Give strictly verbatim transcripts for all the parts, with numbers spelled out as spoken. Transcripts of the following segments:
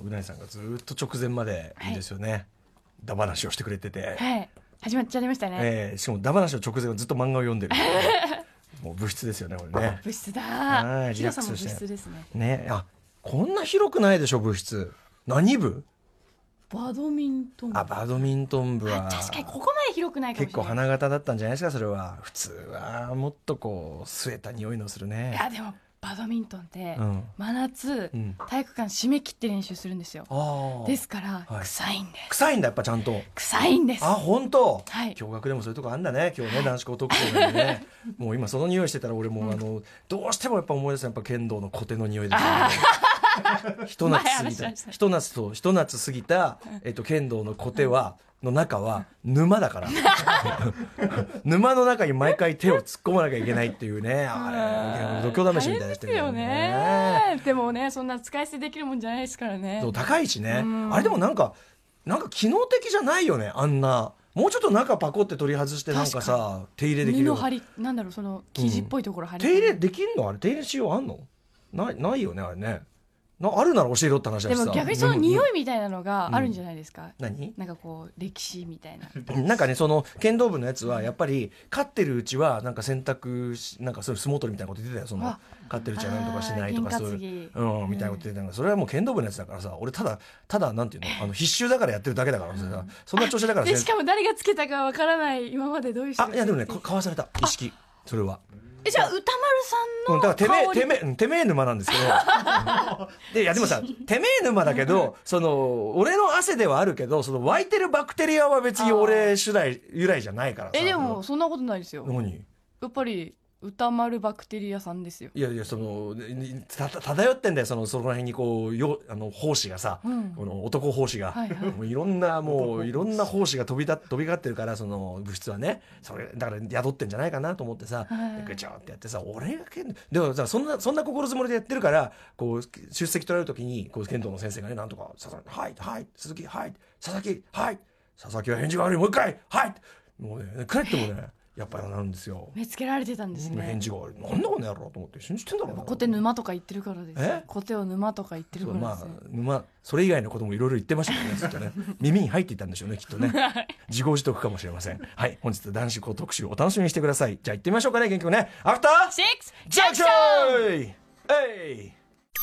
うないさんがずっと直前までいいですよね、はい、ダ話をしてくれてて、 はい、始まっちゃいましたね、 えー、しかもダ話の直前はずっと漫画を読んでるもう物質ですよねこれね。 物質だ。 リラックスして物質ですね。 ね、あこんな広くないでしょ物質。何部？ バドミントン部。 あバドミントン部は確かにここまで広くないかもしれない。 結構花形だったんじゃないですかそれは。普通はもっとこう据えた匂いのするね。 いやでもバドミントンって、うん、真夏、うん、体育館締め切って練習するんですよ。ですから、はい、臭いんです。 臭いんだやっぱちゃんと。 臭いんです。 あ本当。 はい。 共学でもそういうとこあんだね今日ね、はい、男子校特集なんでねもう今その匂いしてたら俺もう、うん、あのどうしてもやっぱ思い出すやっぱ剣道の小手の匂いですねひと夏過ぎたひと夏とひと夏過ぎた、えっと、剣道の小手は、うんの中は沼だから沼の中に毎回手を突っ込まなきゃいけないっていうねあれ度胸試しみたいなしてるよね。 でもねそんな使い捨てできるもんじゃないですからね。 そう高いしね。あれでもなんかなんか機能的じゃないよねあんな。もうちょっと中パコって取り外してなんかさ手入れできるよ。 布張りなんだろうその生地っぽいところ張り、 うん、手入れできるのあれ手入れしようあんのない、ないよねあれね。なあるなら教えろって話だしさ。 でも逆にその匂いみたいなのがあるんじゃないですか、うん、 何なんかこう歴史みたいななんかねその剣道部のやつはやっぱり勝ってるうちはなんか洗濯しなんかそういう相撲取りみたいなこと言ってたよ。その勝ってるうちはなんとかしないとかそういう、うん、みたいなこと言ってたからそれはもう剣道部のやつだからさ俺ただただなんていうのあの必修だからやってるだけだからさ、うん、そんな調子だからでしかも誰がつけたかわからない今までどういう人があいやでもねかわされた意識それは。 えじゃあ歌丸さんの香り、 うん、だからてめえてめえてめえ沼なんですけどでいやでもさてめえ沼だけどその俺の汗ではあるけどその湧いてるバクテリアは別に俺主来由来じゃないからさ。 えでもそんなことないですよ。 何やっぱり歌丸バクテリアさんですよ。 いやいやそのた漂ってんだよそのその辺にこうよあの胞子がさ、うん、この男胞子が、はいはい、もういろんなもういろんな胞子が飛びだ飛び交ってるからその物質はねそれだから宿ってんじゃないかなと思ってさ、はい、ぐちょってやってさ俺が剣道でもさそんなそんな心づもりでやってるからこう出席取られる時にこう剣道の先生がねなんとか佐々木はいはい鈴木はい佐々木はい佐々木は返事が悪いもう一回はいもうね帰ってもねやっぱりなんですよ。 目つけられてたんですね。 返事が悪いなんだこの野郎と思って信じてんだろうな。 コテ沼とか言ってるからです。 えコテを沼とか言ってるからです。 そう、まあ、沼それ以外のこともいろいろ言ってましたけどねずっとね耳に入っていたんでしょうねきっとね自業自得かもしれません。はい本日男子校特集お楽しみにしてください。じゃあ行ってみましょうかね元気くねアフターシックスジャンクションえい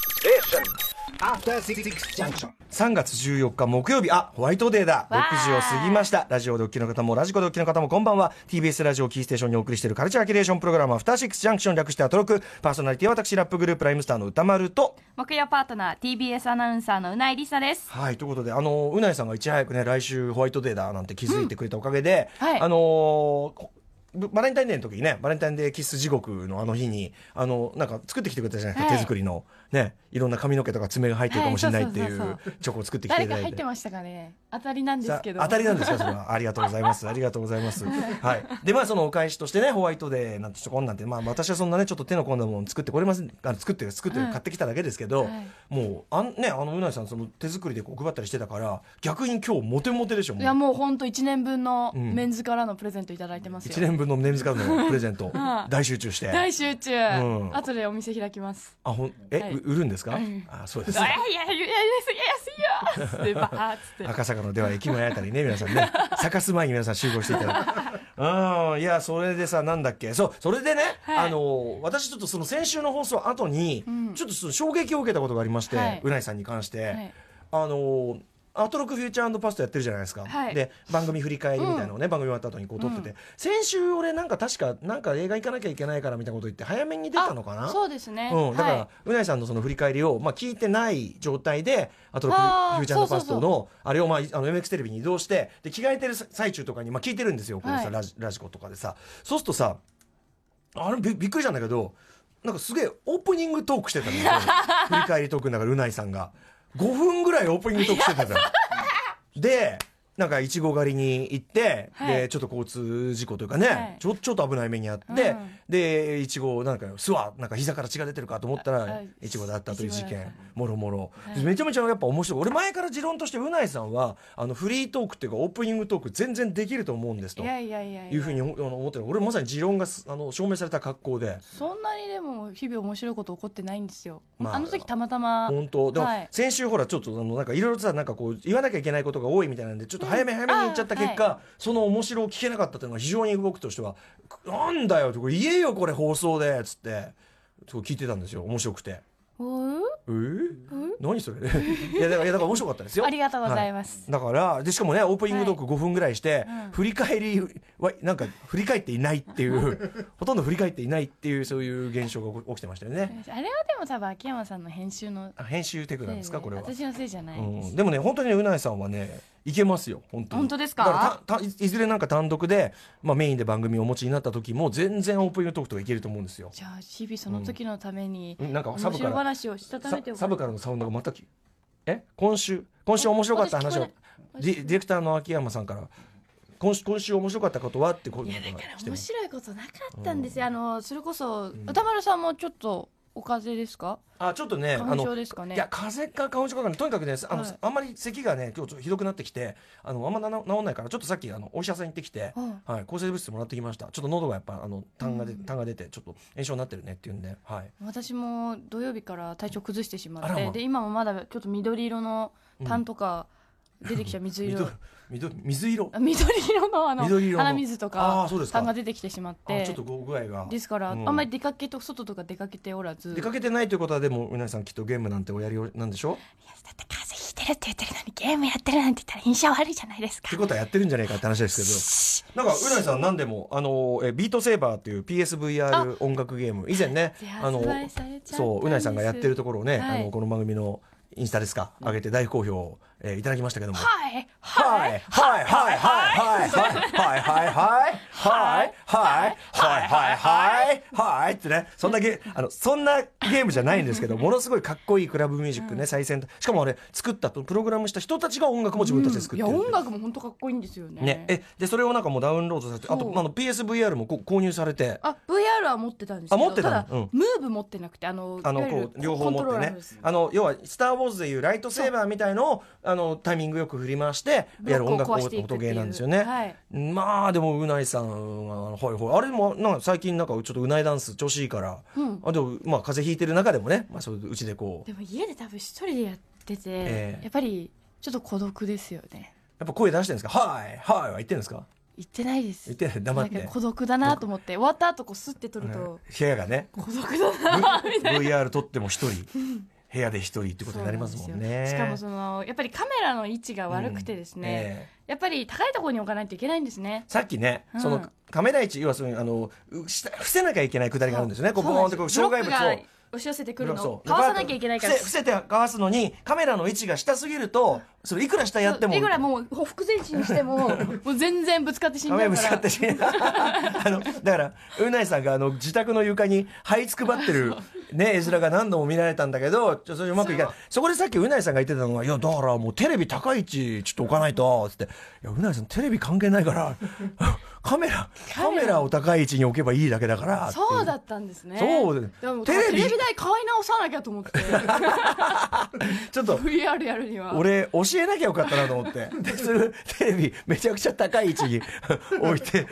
さんがつじゅうよっか木曜日あホワイトデーだろくじを過ぎました。ラジオでお聞きの方もラジコでお聞きの方もこんばんは。 ティービーエス ラジオキーステーションにお送りしているカルチャーキュレーションプログラムアフターシックスジャンクション略してアトロクパーソナリティは私ラップグループライムスターの歌丸と木曜パートナー ティービーエス アナウンサーのうないりさです。 はいということであのうないさんがいち早くね来週ホワイトデーだなんて気づいてくれたおかげで、 うんはい、 あのーバレンタインデーの時にねバレンタインデーキス地獄のあの日にあのなんか作ってきてくれたじゃないですか、はい、手作りのねいろんな髪の毛とか爪が入ってるかもしれないっていうチョコを作ってきていただいて誰か入ってましたかね。当たりなんですけど当たりなんですかそれはありがとうございますありがとうございますはいでまあそのお返しとしてねホワイトデーなんてちょこんなんてまあ私はそんなねちょっと手の込んだもの作ってこれませんあ作って作って買ってきただけですけど、はい、もうあんねあのうないさんその手作りでこう配ったりしてたから逆に今日モテモテでしょ。もういやもう本当いちねんぶんのメンズからのプレゼントいただいてますよ、うん、いちねんぶんのメンズからのプレゼント大集中して大集中、うん、後でお店開きます。あほんえ、はい、売るんですか、うん、あそうです。いやいやいやいや安いよバーッつって赤坂のでは駅前あたりね皆さんね咲かす前に皆さん集合していただくうんいやそれでさなんだっけそうそれでね、はい、あの私ちょっとその先週の放送後に、うん、ちょっとその衝撃を受けたことがありまして、はい、うないさんに関して、はい、あのアトロクフューチャー&パストやってるじゃないですか、はい、で番組振り返りみたいなのをね、うん、番組終わった後にこう撮ってて、うん、先週俺なんか確かなんか映画行かなきゃいけないからみたいなこと言って早めに出たのかな。そうですね、うん、だから、はい、うないさんのその振り返りを、まあ、聞いてない状態でアトロクフューチャー&パストのあれを、まあ、あの エムエックス テレビに移動してで着替えてる最中とかに、まあ、聞いてるんですよこれさ、はい、ラジ、ラジコとかでさそうするとさあれ び, びっくりしたんだけどなんかすげえオープニングトークしてたのよ振り返りトークの中でうないさんがごふんぐらいオープニングトークしてたじゃんでなんかいちご狩りに行って、 はい、 でちょっと交通事故というかね、はい、ちょちょっと危ない目にあって、うん、でいちごなんかすわなんか膝から血が出てるかと思ったらいちごだったという事件もろもろ、めちゃめちゃやっぱ面白い。俺前から持論としてうないさんはあのフリートークっていうかオープニングトーク全然できると思うんですというふうに思ってる。俺まさに持論があの証明された格好で、 そんなにでも日々面白いこと起こってないんですよ、まあ、あの時たまたま本当でも、はい、先週ほらちょっとあのなんかいろいろさなんかこう言わなきゃいけないことが多いみたいなんでちょっと早め早めに言っちゃった結果、うんはい、その面白を聞けなかったというのが非常に僕としてはなんだよこれ言えよこれ放送でつって聞いてたんですよ。面白くてえー、何それいやだから、いやだから面白かったですよ。 ありがとうございます、 はい、だからでしかもねオープニングトークごふんぐらいして、はいうん、振り返りはなんか振り返っていないっていうほとんど振り返っていないっていうそういう現象が起きてましたよね。 あれはでも多分秋山さんの編集の編集テクなんですかこれは。 私のせいじゃないです、 うん、でもね本当にうないさんはねいけますよ本当に。 本当ですか。 だからたたいずれなんか単独で、まあ、メインで番組をお持ちになった時も全然オープニングトークとかいけると思うんですよ。 じゃあ日々その時のために、 うん、なんかサブから面白話をしたためてサブからのサウンドがまたえ今週今週面白かった話をディディレクターの秋山さんから今週今週面白かったことはってこういうのがいやだから面白いことなかったんですよ、うん、あのそれこそ、うん、歌丸さんもちょっとお風邪ですか。 あちょっとね花粉症ですかね。 いや風邪か花粉症かとにかくねあの、はい、あんまり咳がね今日ちょっとひどくなってきてあのあんまな治んないからちょっとさっきあのお医者さん行ってきて、はいはい、抗生物質もらってきました。ちょっと喉がやっぱあの痰が出、うん、痰が出てちょっと炎症になってるねっていうんで、はい、 私も土曜日から体調崩してしまって、まで今もまだちょっと緑色の痰とか出てきちゃう、水色緑水色緑色のあの色の鼻水とか痰が出てきてしまってちょっと具合がですから、うん、あんまり出かけと外とか出かけておらず。 出かけてないということはでもうなぎさんきっとゲームなんておやりなんでしょ。 いやだって風邪ひいてるって言ってるのにゲームやってるなんて言ったら印象悪いじゃないですか。 ってことはやってるんじゃないかって話ですけどなんかうなぎさん何でもあのえビートセーバーっていう ピーエスブイアール 音楽ゲーム以前ねあのそううなぎさんがやってるところをね、はい、あのこの番組のインスタですか上げて大好評を、えー、いただきましたけどもはいはいはいはいはいはいはいはいはいはいはいはいはいはいはいってねそんなゲあのそんなゲームじゃないんですけどものすごいかっこいいクラブミュージックね最先端しかもあれ作ったプログラムした人たちが音楽も自分たちで作ってる、 うん、いや音楽も本当かっこいいんですよね。 ねえでそれをなんかもうダウンロードされてあとあの ピーエスブイアール もこ購入されてあ ブイアール は持ってたんですけどあ持ってたの、 ただ、うん、ムーブ持ってなくてあのあのこう両方持ってねあの要はスター・ウォーズでいうライトセーバーみたいのをあのタイミングよく振り回してやる音楽音ゲーなんですよね、はい、まあでもうないさんははいはいあれもなんか最近なんかちょっとうないダンス調子いいから、うん、あでもまあ風邪ひいてる中でもね、まあ、そううちでこうでも家で多分一人でやってて、えー、やっぱりちょっと孤独ですよね。 やっぱ声出してるんですかはいはいは言ってるんですか。 言ってないです。 言ってない黙って孤独だなと思って終わった後こうスッて撮ると、うん、 部屋がね孤独だなみたいなブイアール 撮っても一人部屋で一人ってことになりますもんね。 しかもそのやっぱりカメラの位置が悪くてですね、うんえー、やっぱり高いところに置かないといけないんですね。 さっきね、うん、そのカメラ位置要はそのあの伏せなきゃいけないくだりがあるんですよね。こうボーンってこう障害物を押し寄せてくるのをかわさなきゃいけないから伏せてかわすのにカメラの位置が下すぎるとそれいくら下やってもいくらもうほふ前進にしてももう全然ぶつかって死んじゃうからぶつかって死んじゃうあのだからうないさんがあの自宅の床に這いつくばってるね絵面が何度も見られたんだけどちょっとそれうまくいかない。 そ, そこでさっきうないさんが言ってたのがいやだからもうテレビ高い位置ちょっと置かないとつっていやうないさんテレビ関係ないからカメラカメラを高い位置に置けばいいだけだからそうだったんですね。 そうででもテレビテレビ台買い直さなきゃと思ってちょっとブイアール やるには俺教えなきゃよかったなと思ってでそれテレビめちゃくちゃ高い位置に置いて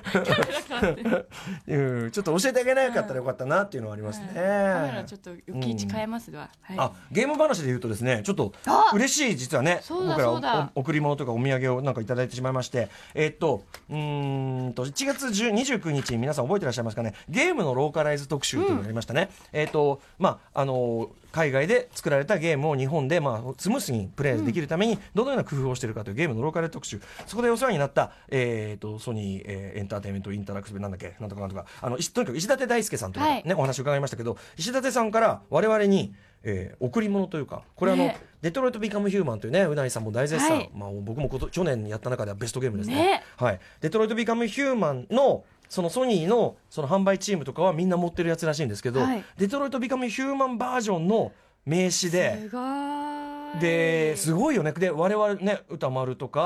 うん、ちょっと教えてあげなかったらよかったなっていうのはありますね、はい、カメラちょっと余計位置変えますわ、 うんはい、あゲーム話で言うとですねちょっと嬉しい実はね僕ら贈り物とかお土産をなんかいただいてしまいましてえー、っとうーんといちがつにじゅうくにちに皆さん覚えてらっしゃいますかねゲームのローカライズ特集というのがありましたね、うん、えー、っとまああの海外で作られたゲームを日本で、まあ、スムースにプレイできるためにどのような工夫をしているかというゲームのローカル特集そこでお世話になった、えー、とソニー、えー、エンターテインメントインタラクティブなんだっけなんとかなんとかあのとにかく石立大輔さんという方、ねはい、お話を伺いましたけど石立さんから我々に、えー、贈り物というかこれあの、ね、デトロイトビカムヒューマンというねうないさんも大絶賛、はいまあ、僕もこと去年やった中ではベストゲームですね、ねはい、デトロイトビカムヒューマンのそのソニー の, その販売チームとかはみんな持ってるやつらしいんですけど、はい、デトロイトビカムヒューマンバージョンの名刺ですごいですごいよねで我々ね歌丸とか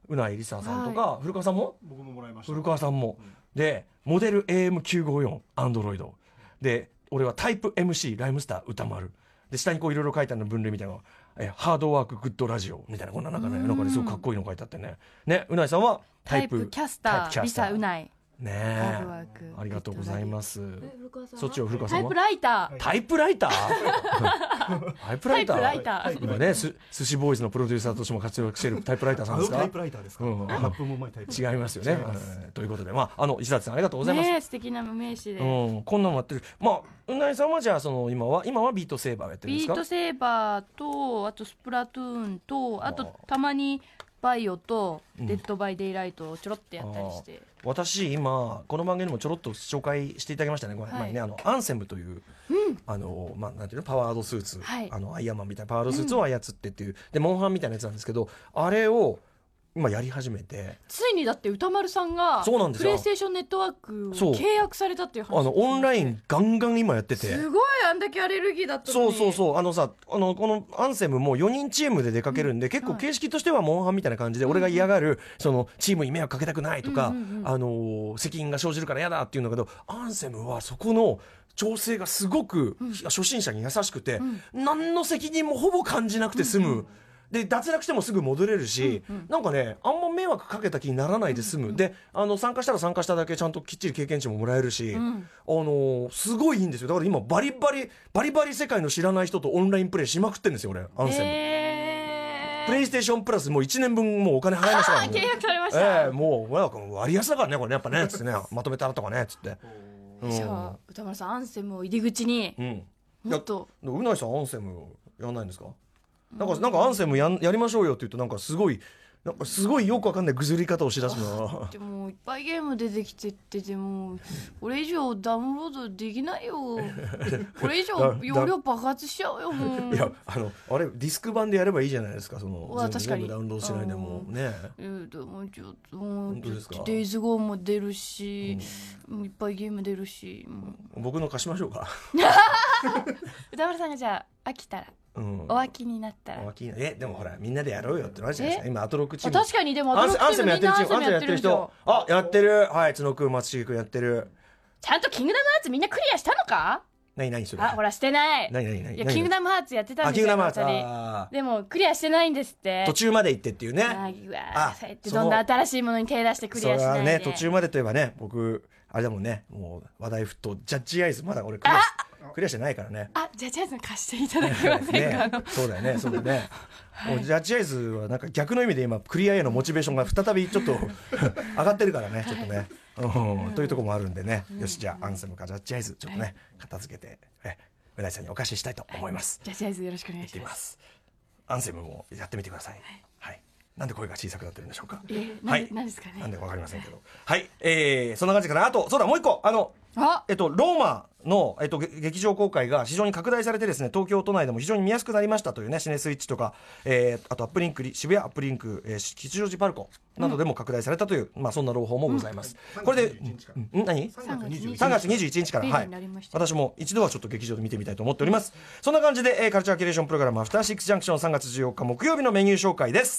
うないりささんとか、はい、古川さんも僕ももらいました。 古川さんも、うん、でモデル エーエムきゅうごよん アンドロイドで、俺はタイプ エムシー ライムスター歌丸で、下にこういろいろ書いてある分類みたいなのえハードワークグッドラジオみたいな、こんな中ね、なんかねすごくかっこいいの書いてあってね。ね、うないさんはタイプタイプキャスターリサうないねえ、ありがとうございます。そっちを古川さんはタイプライタータイプライタータイプライター今ねす寿司ボーイズのプロデューサーとしても活躍しているタイプライターさんですか。 タイプライターですか。ラップもうまいタイプ。 違いますよね。ということで、まああの石田さんありがとうございます。 ね、素敵な名刺で、 うん、こんなのやってる。まあうなぎさんはじゃあその今は今はビートセーバーやってるんですか。 ビートセーバーとあとスプラトゥーンとあとたまにバイオとデッドバイデイライトをちょろっとやったりして、うん、 私今この番組でもちょろっと紹介していただきましたね、はい、前にね、あのアンセムという、うん、あのまあなんていうのパワードスーツ、はい、あのアイアンマンみたいなパワードスーツを操ってっていう、うん、でモンハンみたいなやつなんですけど、あれを今やり始めて、 ついにだって歌丸さんがそうなんですよ、 プレイステーションネットワークを契約されたっていう話、 あのオンラインガンガン今やってて、 すごい、あんだけアレルギーだったのに。 そうそうそう、あのさ、あのこのアンセムもよにんチームで出かけるんで、うん、結構形式としてはモンハンみたいな感じで、うん、俺が嫌がるそのチームに迷惑かけたくないとか、うんうんうん、あの責任が生じるから嫌だっていうんだけど、アンセムはそこの調整がすごく、うん、初心者に優しくて、うん、何の責任もほぼ感じなくて済む、うんうん、で脱落してもすぐ戻れるし、うんうん、なんかねあんま迷惑かけた気にならないで済む、うんうん、であの参加したら参加しただけちゃんときっちり経験値ももらえるし、うん、あのー、すごいいいんですよ。だから今バリバリバリバリ世界の知らない人とオンラインプレイしまくってるんですよ俺、アンセム、えー、プレイステーションプラスもういちねんぶんもうお金払いましたから、 契約されました、 えー、もうなんか割安だからねこれねやっぱねつってねまとめたらとかねつって、 うん、じゃあ歌丸さんアンセムを入り口に、うん、もっとうないさんアンセムやんないんですか。なんかなんかアンセム や, やりましょうよって言うとなんかすごいなんかすごいよくわかんないぐずり方をしだすの。 でもいっぱいゲーム出てきてっててもこれ以上ダウンロードできないよこれ以上容量爆発しちゃうよもう。 いやあのあれディスク版でやればいいじゃないですか、その全部ダウンロードしないでもね。 えー、でもちょっともうデイズゴーも出るし、うん、いっぱいゲーム出るし、 うん、僕の貸しましょうか歌丸さんがじゃあ飽きたら、うん、お飽きになったら、 えでもほらみんなでやろうよってのあるじゃないですか。今アトロックチーム、 確かにでもアトロックチームアンセムやってるチーム、アンセムやってる人、あやってる、はい角くん松重くんやってる。 ちゃんとキングダムハーツみんなクリアしたのか。 何何それ。 あほらしてない。 何何何。 いやキングダムハーツやってたんですよ。キングダムハーツでもクリアしてないんですって。 途中まで行ってっていうね。 あそうやってどんな新しいものに手出してクリアしないで。それはね途中までといえばね、僕あれだもんね、もう話題沸騰ジャッジアイズまだ俺クリアクリアしてないからね。 あジャッジアイズ貸していただけませんか。ね、そうだよねそうだよね。はい、ジャッジアイズはなんか逆の意味で今クリアへのモチベーションが再びちょっと上がってるからねちょっとね、うん、というところもあるんでね、よしじゃあアンセムかジャッジアイズちょっとね、はい、片付けてえうなぎさんにお貸ししたいと思います、 はい、ジャッジアイズよろしくお願いします。 アンセムもやってみてください、はいはい、なんで声が小さくなってるんでしょうか。 えー、はい、なんですかね。 なんでかわかりませんけど、はい、えー、そんな感じかな。あとそうだもう一個あのあえっとローマの、えっと、劇場公開が非常に拡大されてですね、東京都内でも非常に見やすくなりましたというね、シネスイッチとか、えー、あとアップリンク渋谷アップリンク、えー、吉祥寺パルコなどでも拡大されたという、うん、まあそんな朗報もございます、うん、これで、うん、何さんがつにじゅういちにちから、はい、私も一度はちょっと劇場で見てみたいと思っております。そんな感じで、えー、カルチャーキュレーションプログラムアフターシックスジャンクションさんがつじゅうよっか木曜日のメニュー紹介です。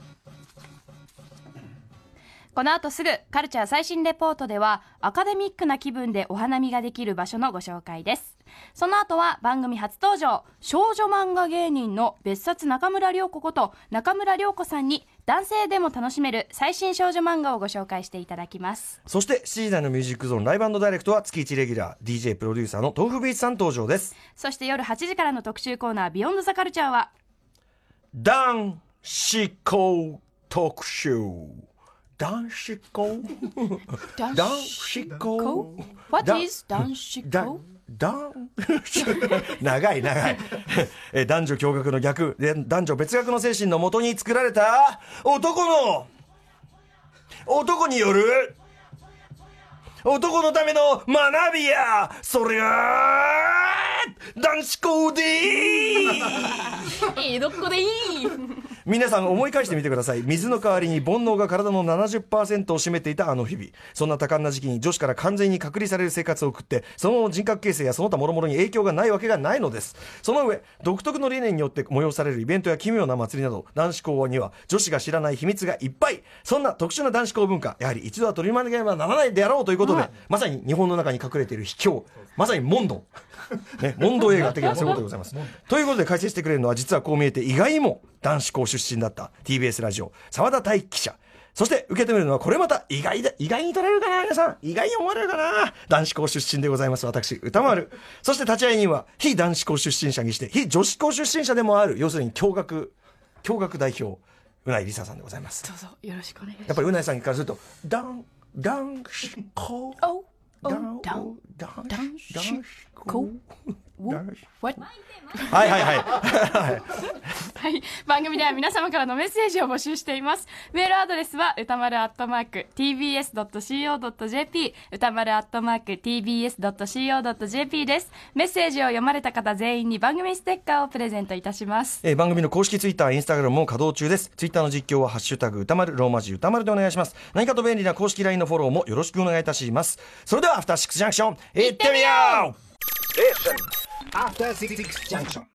この後すぐカルチャー最新レポートではアカデミックな気分でお花見ができる場所のご紹介です。その後は番組初登場少女漫画芸人の別冊中村涼子こと中村涼子さんに男性でも楽しめる最新少女漫画をご紹介していただきます。 そしてしちじ台のミュージックゾーンライブ&ダイレクトは月いちレギュラー ディージェー プロデューサーの豆腐ビーツさん登場です。 そして夜はちじからの特集コーナービヨンドザカルチャーは男子校特集。男子校男子校 What is 男子校長い長いえ男女共学の逆で男女別学の精神のもとに作られた男の男による男のための学びや、そりゃ男子校でーいいどこでいい皆さん思い返してみてください。水の代わりに煩悩が体の ななじゅっパーセント を占めていたあの日々。そんな多感な時期に女子から完全に隔離される生活を送って、その人格形成やその他諸々に影響がないわけがないのです。その上、独特の理念によって催されるイベントや奇妙な祭りなど、男子校には女子が知らない秘密がいっぱい。そんな特殊な男子校文化、やはり一度は取り巻かねばならないであろうということで、うん、まさに日本の中に隠れている秘境、まさにモンド。ね、モンド映画的なそういうことでございます。ということで解説してくれるのは、実はこう見えて意外にも男子校出身だった ティービーエス ラジオ澤田大樹記者、そして受け止めるのはこれまた意外で意外に取れるかな、皆さん意外に思われるかな、男子校出身でございます私歌丸。そして立ち会い人は非男子校出身者にして非女子校出身者でもある、要するに共学共学代表うないりささんでございます。 どうぞよろしくお願いします。 やっぱりうないさんからすると男男子校男子校What? はいはいはいはい、番組では皆様からのメッセージを募集しています。メールアドレスは歌丸アットマーク ティービーエスドットシーオードットジェーピー 歌丸アットマーク ティービーエスドットシーオードットジェーピー です。メッセージを読まれた方全員に番組ステッカーをプレゼントいたします。 えー、番組の公式ツイッターインスタグラムも稼働中です。ツイッターの実況はハッシュタグ歌丸ローマ字歌丸でお願いします。何かと便利な公式 ライン のフォローもよろしくお願いいたします。それではアフターシックスジャンクション行ってみよう。 After Six Junction.